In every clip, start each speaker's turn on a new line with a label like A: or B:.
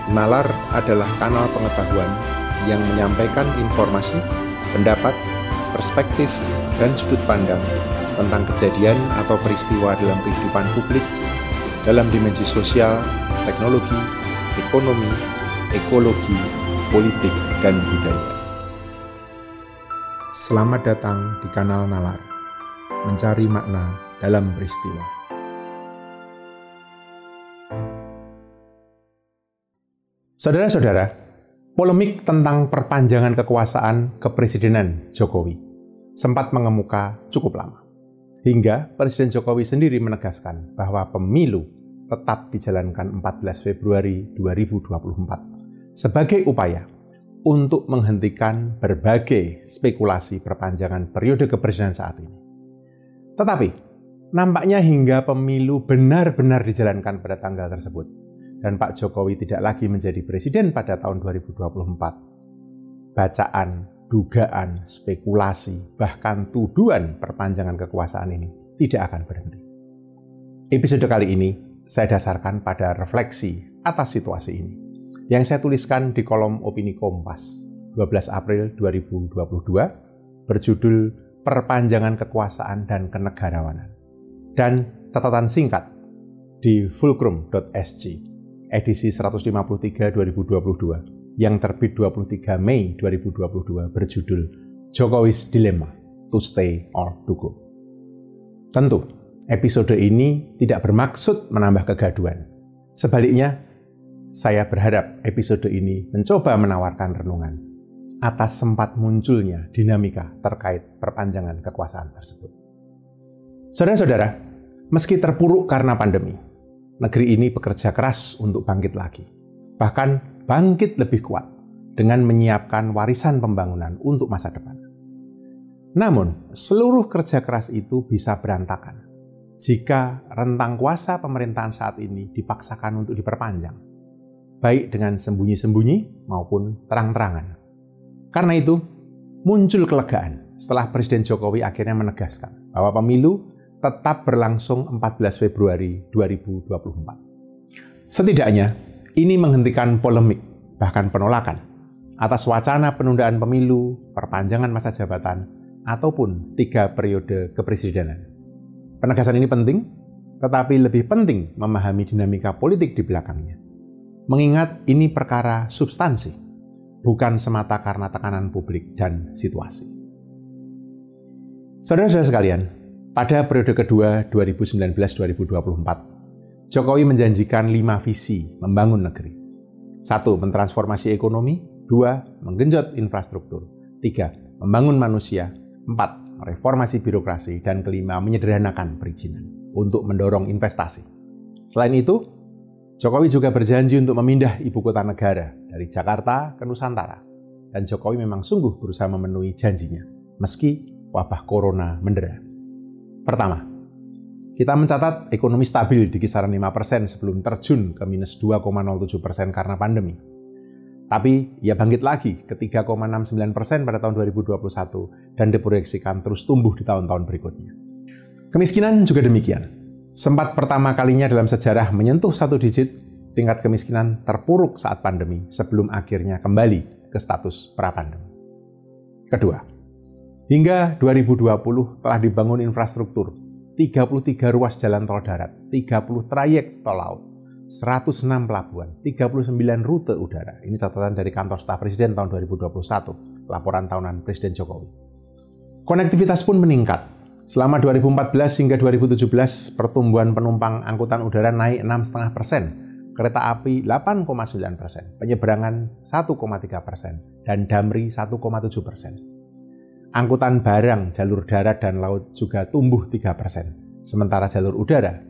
A: Nalar adalah kanal pengetahuan yang menyampaikan informasi, pendapat, perspektif, dan sudut pandang tentang kejadian atau peristiwa dalam kehidupan publik, dalam dimensi sosial, teknologi, ekonomi, ekologi, politik, dan budaya. Selamat datang di kanal Nalar, mencari makna dalam peristiwa. Saudara-saudara, polemik tentang perpanjangan kekuasaan kepresidenan Jokowi sempat mengemuka cukup lama. Hingga Presiden Jokowi sendiri menegaskan bahwa pemilu tetap dijalankan 14 Februari 2024 sebagai upaya untuk menghentikan berbagai spekulasi perpanjangan periode kepresidenan saat ini. Tetapi, nampaknya hingga pemilu benar-benar dijalankan pada tanggal tersebut, dan Pak Jokowi tidak lagi menjadi presiden pada tahun 2024, bacaan, dugaan, spekulasi, bahkan tuduhan perpanjangan kekuasaan ini tidak akan berhenti. Episode kali ini saya dasarkan pada refleksi atas situasi ini, yang saya tuliskan di kolom opini Kompas 12 April 2022 berjudul Perpanjangan Kekuasaan dan Kenegarawanan, dan catatan singkat di fulcrum.sg edisi 153 2022 yang terbit 23 Mei 2022 berjudul Jokowi's Dilemma, to Stay or to Go. Tentu, episode ini tidak bermaksud menambah kegaduhan. Sebaliknya, saya berharap episode ini mencoba menawarkan renungan atas sempat munculnya dinamika terkait perpanjangan kekuasaan tersebut. Saudara-saudara, meski terpuruk karena pandemi, negeri ini bekerja keras untuk bangkit lagi. Bahkan bangkit lebih kuat dengan menyiapkan warisan pembangunan untuk masa depan. Namun, seluruh kerja keras itu bisa berantakan jika rentang kuasa pemerintahan saat ini dipaksakan untuk diperpanjang, baik dengan sembunyi-sembunyi maupun terang-terangan. Karena itu, muncul kelegaan setelah Presiden Jokowi akhirnya menegaskan bahwa pemilu tetap berlangsung 14 Februari 2024. Setidaknya, ini menghentikan polemik, bahkan penolakan, atas wacana penundaan pemilu, perpanjangan masa jabatan, ataupun 3 periode kepresidenan. Penegasan ini penting, tetapi lebih penting memahami dinamika politik di belakangnya. Mengingat ini perkara substansi, bukan semata karena tekanan publik dan situasi. Saudara-saudara sekalian, pada periode kedua 2019-2024, Jokowi menjanjikan 5 visi membangun negeri. 1. Mentransformasi ekonomi. 2. Menggenjot infrastruktur. 3. Membangun manusia. 4. Mereformasi birokrasi. Dan kelima, menyederhanakan perizinan untuk mendorong investasi. Selain itu, Jokowi juga berjanji untuk memindah ibu kota negara dari Jakarta ke Nusantara. Dan Jokowi memang sungguh berusaha memenuhi janjinya, meski wabah corona mendera. Pertama, kita mencatat ekonomi stabil di kisaran 5% sebelum terjun ke minus 2,07% karena pandemi. Tapi ia bangkit lagi ke 3,69% pada tahun 2021 dan diproyeksikan terus tumbuh di tahun-tahun berikutnya. Kemiskinan juga demikian. Sempat pertama kalinya dalam sejarah menyentuh 1 digit, tingkat kemiskinan terpuruk saat pandemi sebelum akhirnya kembali ke status pra-pandemi. Kedua, hingga 2020 telah dibangun infrastruktur, 33 ruas jalan tol darat, 30 trayek tol laut, 106 pelabuhan, 39 rute udara. Ini catatan dari kantor staf Presiden tahun 2021, laporan tahunan Presiden Jokowi. Konektivitas pun meningkat. Selama 2014 hingga 2017, pertumbuhan penumpang angkutan udara naik 6,5%, kereta api 8,9%, penyeberangan 1,3%, dan Damri 1,7%. Angkutan barang, jalur darat dan laut juga tumbuh 3%, sementara jalur udara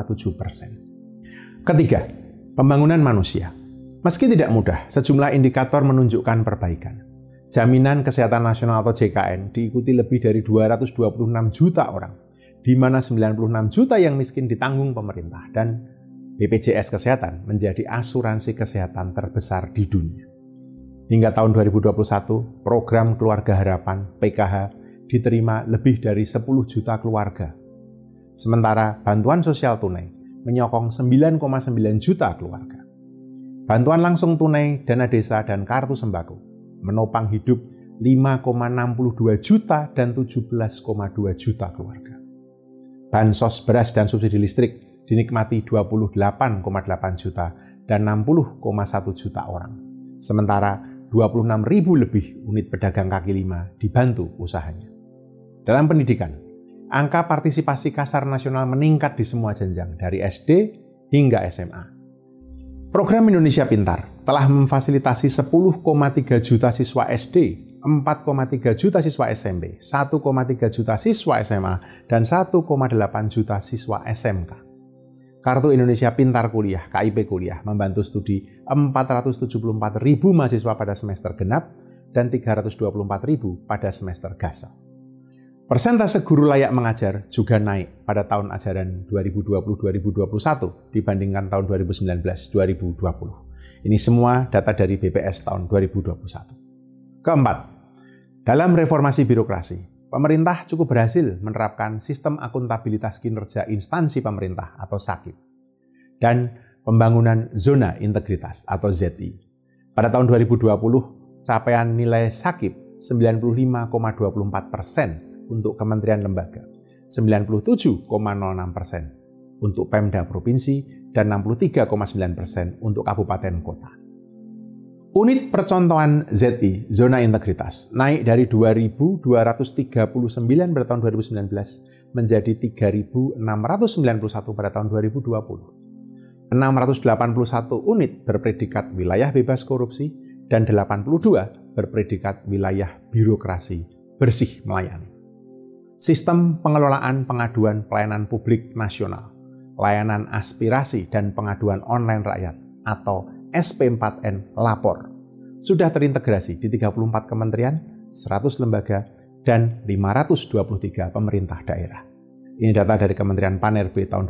A: 2,7%. Ketiga, pembangunan manusia. Meski tidak mudah, sejumlah indikator menunjukkan perbaikan. Jaminan Kesehatan Nasional atau JKN diikuti lebih dari 226 juta orang, di mana 96 juta yang miskin ditanggung pemerintah, dan BPJS Kesehatan menjadi asuransi kesehatan terbesar di dunia. Hingga tahun 2021, program Keluarga Harapan (PKH) diterima lebih dari 10 juta keluarga. Sementara bantuan sosial tunai menyokong 9,9 juta keluarga. bantuan langsung tunai, dana desa, dan kartu sembako menopang hidup 5,62 juta dan 17,2 juta keluarga. Bansos beras dan subsidi listrik dinikmati 28,8 juta dan 60,1 juta orang. Sementara 26.000 lebih unit pedagang kaki lima dibantu usahanya. Dalam pendidikan, angka partisipasi Kasar Nasional meningkat di semua jenjang dari SD hingga SMA. Program Indonesia Pintar telah memfasilitasi 10,3 juta siswa SD, 4,3 juta siswa SMP, 1,3 juta siswa SMA, dan 1,8 juta siswa SMK. Kartu Indonesia Pintar Kuliah, KIP Kuliah, membantu studi 474.000 mahasiswa pada semester genap dan 324.000 pada semester gasal. Persentase guru layak mengajar juga naik pada tahun ajaran 2020-2021 dibandingkan tahun 2019-2020. Ini semua data dari BPS tahun 2021. Keempat, dalam reformasi birokrasi, pemerintah cukup berhasil menerapkan sistem akuntabilitas kinerja instansi pemerintah atau SAKIP dan pembangunan zona integritas atau ZI. Pada tahun 2020, capaian nilai SAKIP 95,24% untuk kementerian lembaga, 97,06% untuk Pemda provinsi, dan 63,9% untuk kabupaten kota. Unit percontohan ZI, zona integritas, naik dari 2.239 pada tahun 2019 menjadi 3.691 pada tahun 2020. 681 unit berpredikat wilayah bebas korupsi dan 82 berpredikat wilayah birokrasi bersih melayani. Sistem pengelolaan pengaduan pelayanan publik nasional, layanan aspirasi dan pengaduan online rakyat atau SP4N Lapor sudah terintegrasi di 34 kementerian, 100 lembaga, dan 523 pemerintah daerah. Ini data dari Kementerian Pan-RB tahun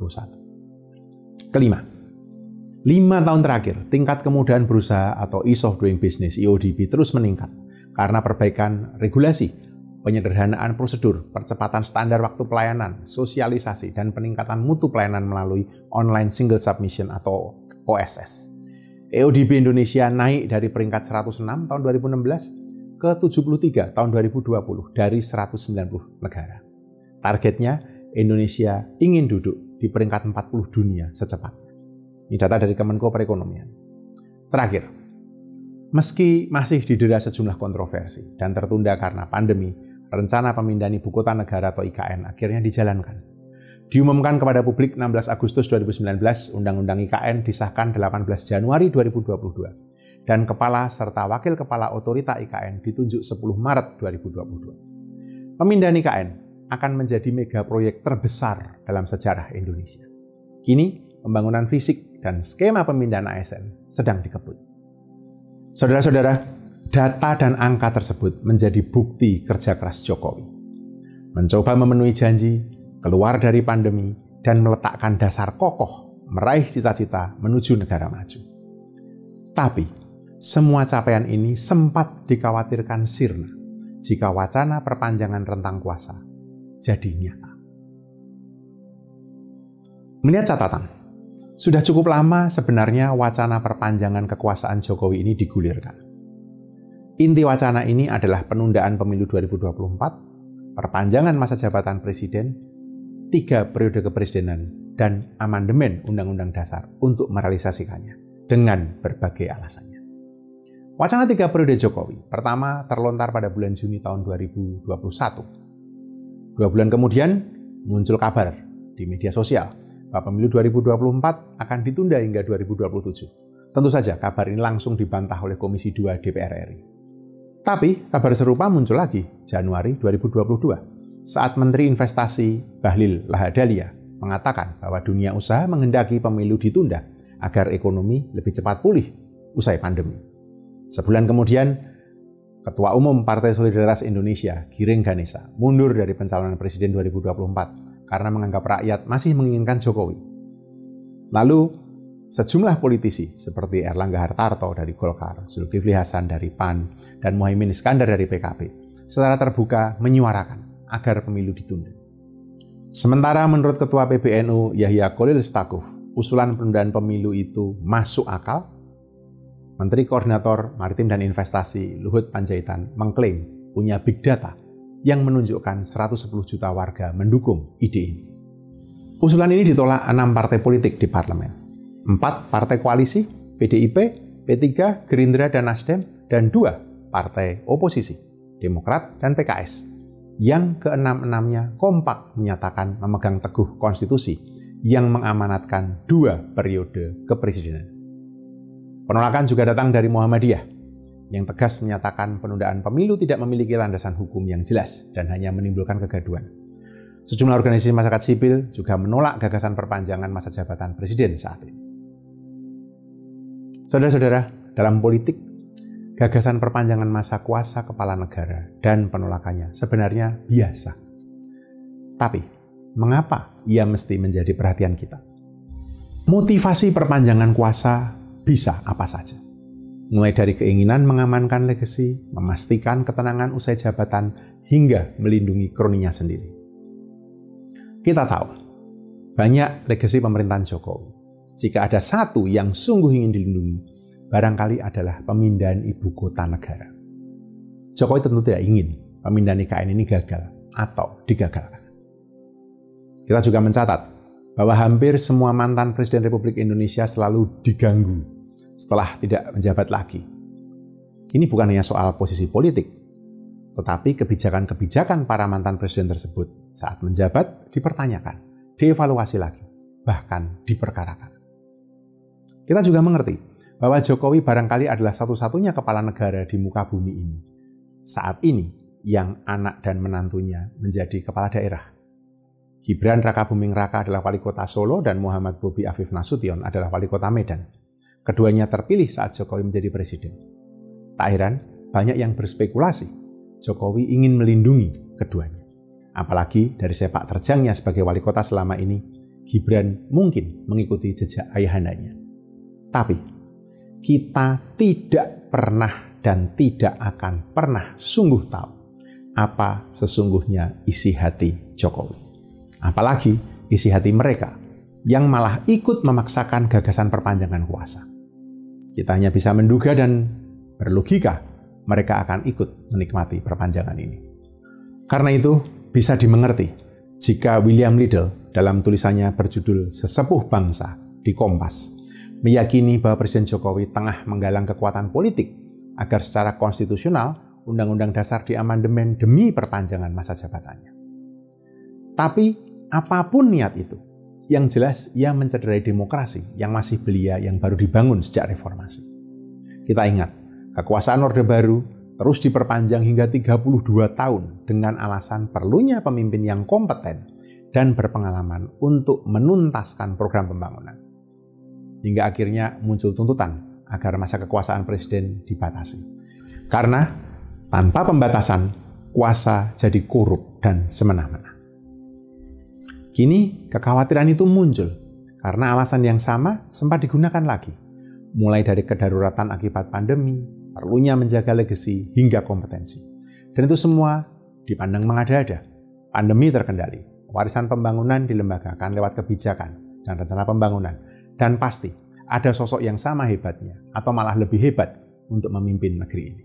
A: 2021. Kelima, 5 tahun terakhir, tingkat kemudahan berusaha atau Ease of Doing Business (EODB) terus meningkat karena perbaikan regulasi, penyederhanaan prosedur, percepatan standar waktu pelayanan, sosialisasi, dan peningkatan mutu pelayanan melalui Online Single Submission atau OSS. EODB Indonesia naik dari peringkat 106 tahun 2016 ke 73 tahun 2020 dari 190 negara. Targetnya, Indonesia ingin duduk di peringkat 40 dunia secepatnya. Ini data dari Kemenko Perekonomian. Terakhir, meski masih didera sejumlah kontroversi dan tertunda karena pandemi, rencana pemindahan ibu kota negara atau IKN akhirnya dijalankan. Diumumkan kepada publik 16 Agustus 2019, Undang-Undang IKN disahkan 18 Januari 2022, dan Kepala serta Wakil Kepala Otorita IKN ditunjuk 10 Maret 2022. Pemindahan IKN akan menjadi mega proyek terbesar dalam sejarah Indonesia. Kini, pembangunan fisik dan skema pemindahan ASN sedang dikebut. Saudara-saudara, data dan angka tersebut menjadi bukti kerja keras Jokowi. Mencoba memenuhi janji, keluar dari pandemi, dan meletakkan dasar kokoh meraih cita-cita menuju negara maju. Tapi, semua capaian ini sempat dikhawatirkan sirna jika wacana perpanjangan rentang kuasa jadi nyata. Melihat catatan, sudah cukup lama sebenarnya wacana perpanjangan kekuasaan Jokowi ini digulirkan. Inti wacana ini adalah penundaan pemilu 2024, perpanjangan masa jabatan presiden, 3 periode kepresidenan, dan amandemen Undang-Undang Dasar untuk merealisasikannya dengan berbagai alasannya. Wacana 3 periode Jokowi pertama terlontar pada bulan Juni tahun 2021. 2 bulan kemudian muncul kabar di media sosial bahwa pemilu 2024 akan ditunda hingga 2027. Tentu saja kabar ini langsung dibantah oleh Komisi 2 DPR RI. Tapi kabar serupa muncul lagi Januari 2022 saat Menteri Investasi Bahlil Lahadalia mengatakan bahwa dunia usaha menghendaki pemilu ditunda agar ekonomi lebih cepat pulih usai pandemi. Sebulan kemudian, Ketua Umum Partai Solidaritas Indonesia, Giring Ganesa, mundur dari pencalonan Presiden 2024 karena menganggap rakyat masih menginginkan Jokowi. Lalu, sejumlah politisi seperti Erlangga Hartarto dari Golkar, Zulkifli Hasan dari PAN, dan Muhaimin Iskandar dari PKB secara terbuka menyuarakan agar pemilu ditunda. Sementara menurut Ketua PBNU Yahya Khalil Stakuf, usulan penundaan pemilu itu masuk akal Menteri Koordinator Maritim dan Investasi Luhut Panjaitan mengklaim punya big data yang menunjukkan 110 juta warga mendukung ide ini. Usulan ini ditolak 6 partai politik di parlemen. 4 partai koalisi, PDIP, P3, Gerindra dan Nasdem, dan 2 partai oposisi, Demokrat dan PKS, yang keenam-enamnya kompak menyatakan memegang teguh konstitusi yang mengamanatkan 2 periode kepresidenan. Penolakan juga datang dari Muhammadiyah, yang tegas menyatakan penundaan pemilu tidak memiliki landasan hukum yang jelas dan hanya menimbulkan kegaduhan. Sejumlah organisasi masyarakat sipil juga menolak gagasan perpanjangan masa jabatan presiden saat ini. Saudara-saudara, dalam politik, gagasan perpanjangan masa kuasa kepala negara dan penolakannya sebenarnya biasa. Tapi, mengapa ia mesti menjadi perhatian kita? Motivasi perpanjangan kuasa bisa apa saja. Mulai dari keinginan mengamankan legasi, memastikan ketenangan usai jabatan, hingga melindungi kroninya sendiri. Kita tahu, banyak legasi pemerintahan Jokowi. Jika ada satu yang sungguh ingin dilindungi, barangkali adalah pemindahan ibu kota negara. Jokowi tentu tidak ingin pemindahan IKN ini gagal atau digagalkan. Kita juga mencatat bahwa hampir semua mantan Presiden Republik Indonesia selalu diganggu setelah tidak menjabat lagi. Ini bukan hanya soal posisi politik, tetapi kebijakan-kebijakan para mantan presiden tersebut saat menjabat dipertanyakan, dievaluasi lagi, bahkan diperkarakan. Kita juga mengerti bahwa Jokowi barangkali adalah satu-satunya kepala negara di muka bumi ini saat ini yang anak dan menantunya menjadi kepala daerah. Gibran Rakabuming Raka adalah wali kota Solo dan Muhammad Bobi Afif Nasution adalah wali kota Medan. Keduanya terpilih saat Jokowi menjadi presiden. Tak heran, banyak yang berspekulasi Jokowi ingin melindungi keduanya. Apalagi dari sepak terjangnya sebagai wali kota selama ini, Gibran mungkin mengikuti jejak ayahandanya. Tapi, kita tidak pernah dan tidak akan pernah sungguh tahu apa sesungguhnya isi hati Jokowi. Apalagi isi hati mereka yang malah ikut memaksakan gagasan perpanjangan kuasa. Kita hanya bisa menduga dan berlogika mereka akan ikut menikmati perpanjangan ini. Karena itu, bisa dimengerti jika William Liddell dalam tulisannya berjudul Sesepuh Bangsa di Kompas meyakini bahwa Presiden Jokowi tengah menggalang kekuatan politik agar secara konstitusional Undang-Undang Dasar diamandemen demi perpanjangan masa jabatannya. Tapi apapun niat itu, yang jelas ia mencederai demokrasi yang masih belia yang baru dibangun sejak reformasi. Kita ingat, kekuasaan Orde Baru terus diperpanjang hingga 32 tahun dengan alasan perlunya pemimpin yang kompeten dan berpengalaman untuk menuntaskan program pembangunan. Hingga akhirnya muncul tuntutan agar masa kekuasaan presiden dibatasi. Karena tanpa pembatasan, kuasa jadi korup dan semena-mena. Kini kekhawatiran itu muncul karena alasan yang sama sempat digunakan lagi. Mulai dari kedaruratan akibat pandemi, perlunya menjaga legasi hingga kompetensi. Dan itu semua dipandang mengada-ada. Pandemi terkendali, warisan pembangunan dilembagakan lewat kebijakan dan rencana pembangunan. Dan pasti ada sosok yang sama hebatnya atau malah lebih hebat untuk memimpin negeri ini.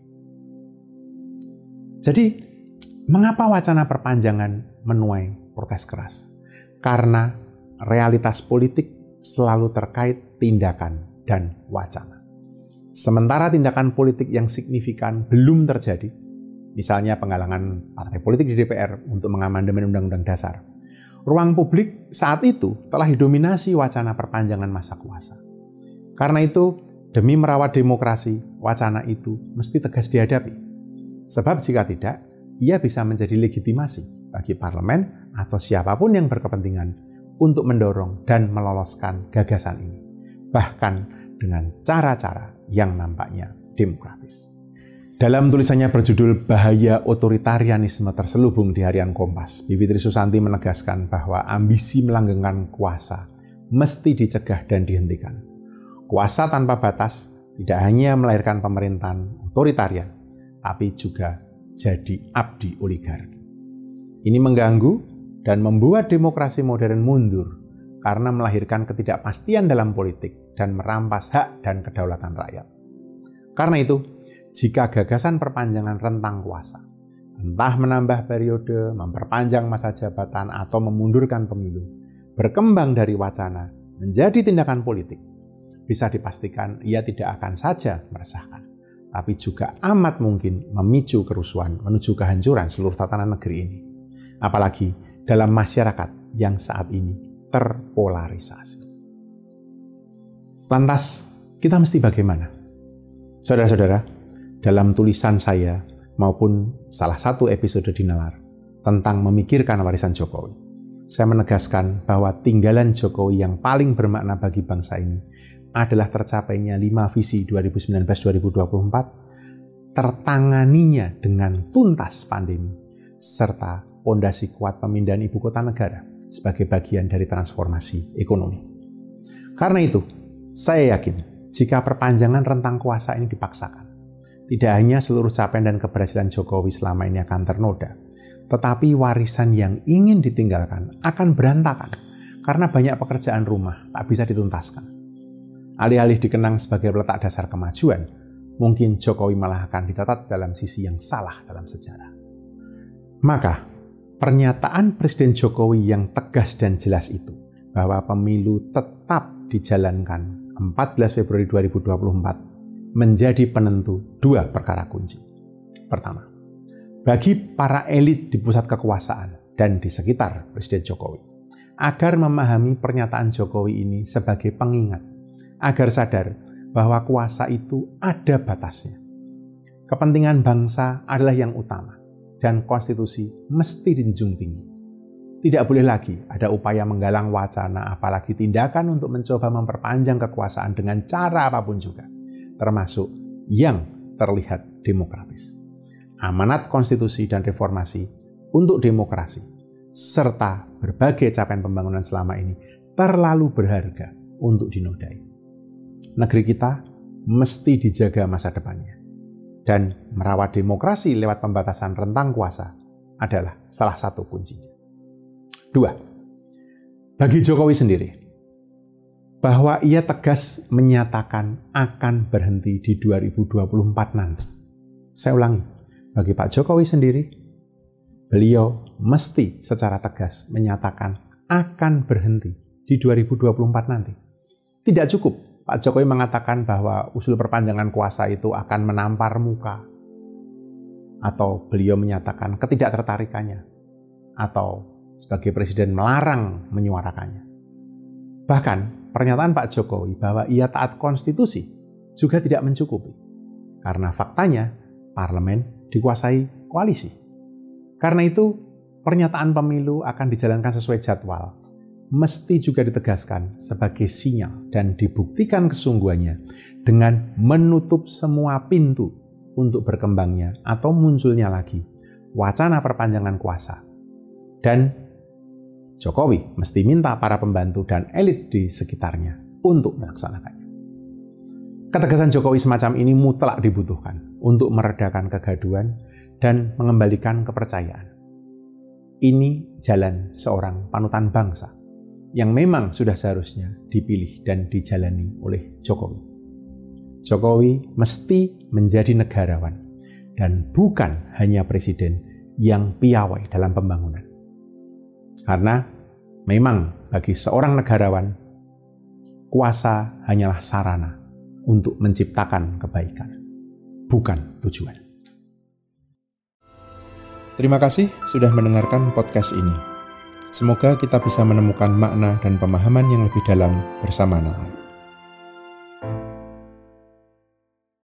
A: Jadi, mengapa wacana perpanjangan menuai protes keras? Karena realitas politik selalu terkait tindakan dan wacana. Sementara tindakan politik yang signifikan belum terjadi, misalnya penggalangan partai politik di DPR untuk mengamandemen Undang-Undang Dasar, ruang publik saat itu telah didominasi wacana perpanjangan masa kuasa. Karena itu, demi merawat demokrasi, wacana itu mesti tegas dihadapi. Sebab jika tidak, ia bisa menjadi legitimasi bagi parlemen atau siapapun yang berkepentingan untuk mendorong dan meloloskan gagasan ini, bahkan dengan cara-cara yang nampaknya demokratis. Dalam tulisannya berjudul Bahaya Otoritarianisme Terselubung di Harian Kompas, Bivitri Susanti menegaskan bahwa ambisi melanggengkan kuasa mesti dicegah dan dihentikan. Kuasa tanpa batas tidak hanya melahirkan pemerintahan otoritarian, tapi juga jadi abdi oligarki. Ini mengganggu dan membuat demokrasi modern mundur karena melahirkan ketidakpastian dalam politik dan merampas hak dan kedaulatan rakyat. Karena itu, jika gagasan perpanjangan rentang kuasa, entah menambah periode, memperpanjang masa jabatan, atau memundurkan pemilu, berkembang dari wacana menjadi tindakan politik, bisa dipastikan ia tidak akan saja meresahkan, tapi juga amat mungkin memicu kerusuhan menuju kehancuran seluruh tatanan negeri ini. Apalagi dalam masyarakat yang saat ini terpolarisasi. Lantas, kita mesti bagaimana? Saudara-saudara, dalam tulisan saya maupun salah satu episode di Nalar tentang memikirkan warisan Jokowi, saya menegaskan bahwa tinggalan Jokowi yang paling bermakna bagi bangsa ini adalah tercapainya 5 visi 2019-2024, tertanganinya dengan tuntas pandemi, serta pondasi kuat pemindahan ibu kota negara sebagai bagian dari transformasi ekonomi. Karena itu, saya yakin jika perpanjangan rentang kuasa ini dipaksakan, tidak hanya seluruh capaian dan keberhasilan Jokowi selama ini akan ternoda, tetapi warisan yang ingin ditinggalkan akan berantakan karena banyak pekerjaan rumah tak bisa dituntaskan. Alih-alih dikenang sebagai letak dasar kemajuan, mungkin Jokowi malah akan dicatat dalam sisi yang salah dalam sejarah. Maka, pernyataan Presiden Jokowi yang tegas dan jelas itu, bahwa pemilu tetap dijalankan 14 Februari 2024, menjadi penentu 2 perkara kunci. Pertama, bagi para elit di pusat kekuasaan dan di sekitar Presiden Jokowi, agar memahami pernyataan Jokowi ini sebagai pengingat, agar sadar bahwa kuasa itu ada batasnya. Kepentingan bangsa adalah yang utama, dan konstitusi mesti dijunjung tinggi. Tidak boleh lagi ada upaya menggalang wacana, apalagi tindakan untuk mencoba memperpanjang kekuasaan dengan cara apapun juga, termasuk yang terlihat demokratis. Amanat konstitusi dan reformasi untuk demokrasi, serta berbagai capaian pembangunan selama ini terlalu berharga untuk dinodai. Negeri kita mesti dijaga masa depannya. Dan merawat demokrasi lewat pembatasan rentang kuasa adalah salah satu kuncinya. 2. Bagi Jokowi sendiri, bahwa ia tegas menyatakan akan berhenti di 2024 nanti. Saya ulangi, bagi Pak Jokowi sendiri, beliau mesti secara tegas menyatakan akan berhenti di 2024 nanti. Tidak cukup Pak Jokowi mengatakan bahwa usul perpanjangan kuasa itu akan menampar muka, atau beliau menyatakan ketidaktertarikannya, atau sebagai presiden melarang menyuarakannya. Bahkan pernyataan Pak Jokowi bahwa ia taat konstitusi juga tidak mencukupi, karena faktanya parlemen dikuasai koalisi. Karena itu pernyataan pemilu akan dijalankan sesuai jadwal mesti juga ditegaskan sebagai sinyal dan dibuktikan kesungguhannya dengan menutup semua pintu untuk berkembangnya atau munculnya lagi wacana perpanjangan kuasa. Dan Jokowi mesti minta para pembantu dan elit di sekitarnya untuk melaksanakannya. Ketegasan Jokowi semacam ini mutlak dibutuhkan untuk meredakan kegaduhan dan mengembalikan kepercayaan. Ini jalan seorang panutan bangsa yang memang sudah seharusnya dipilih dan dijalani oleh Jokowi. Jokowi mesti menjadi negarawan dan bukan hanya presiden yang piawai dalam pembangunan. Karena memang bagi seorang negarawan, kuasa hanyalah sarana untuk menciptakan kebaikan, bukan tujuan. Terima kasih sudah mendengarkan podcast ini. Semoga kita bisa menemukan makna dan pemahaman yang lebih dalam bersama Nalar.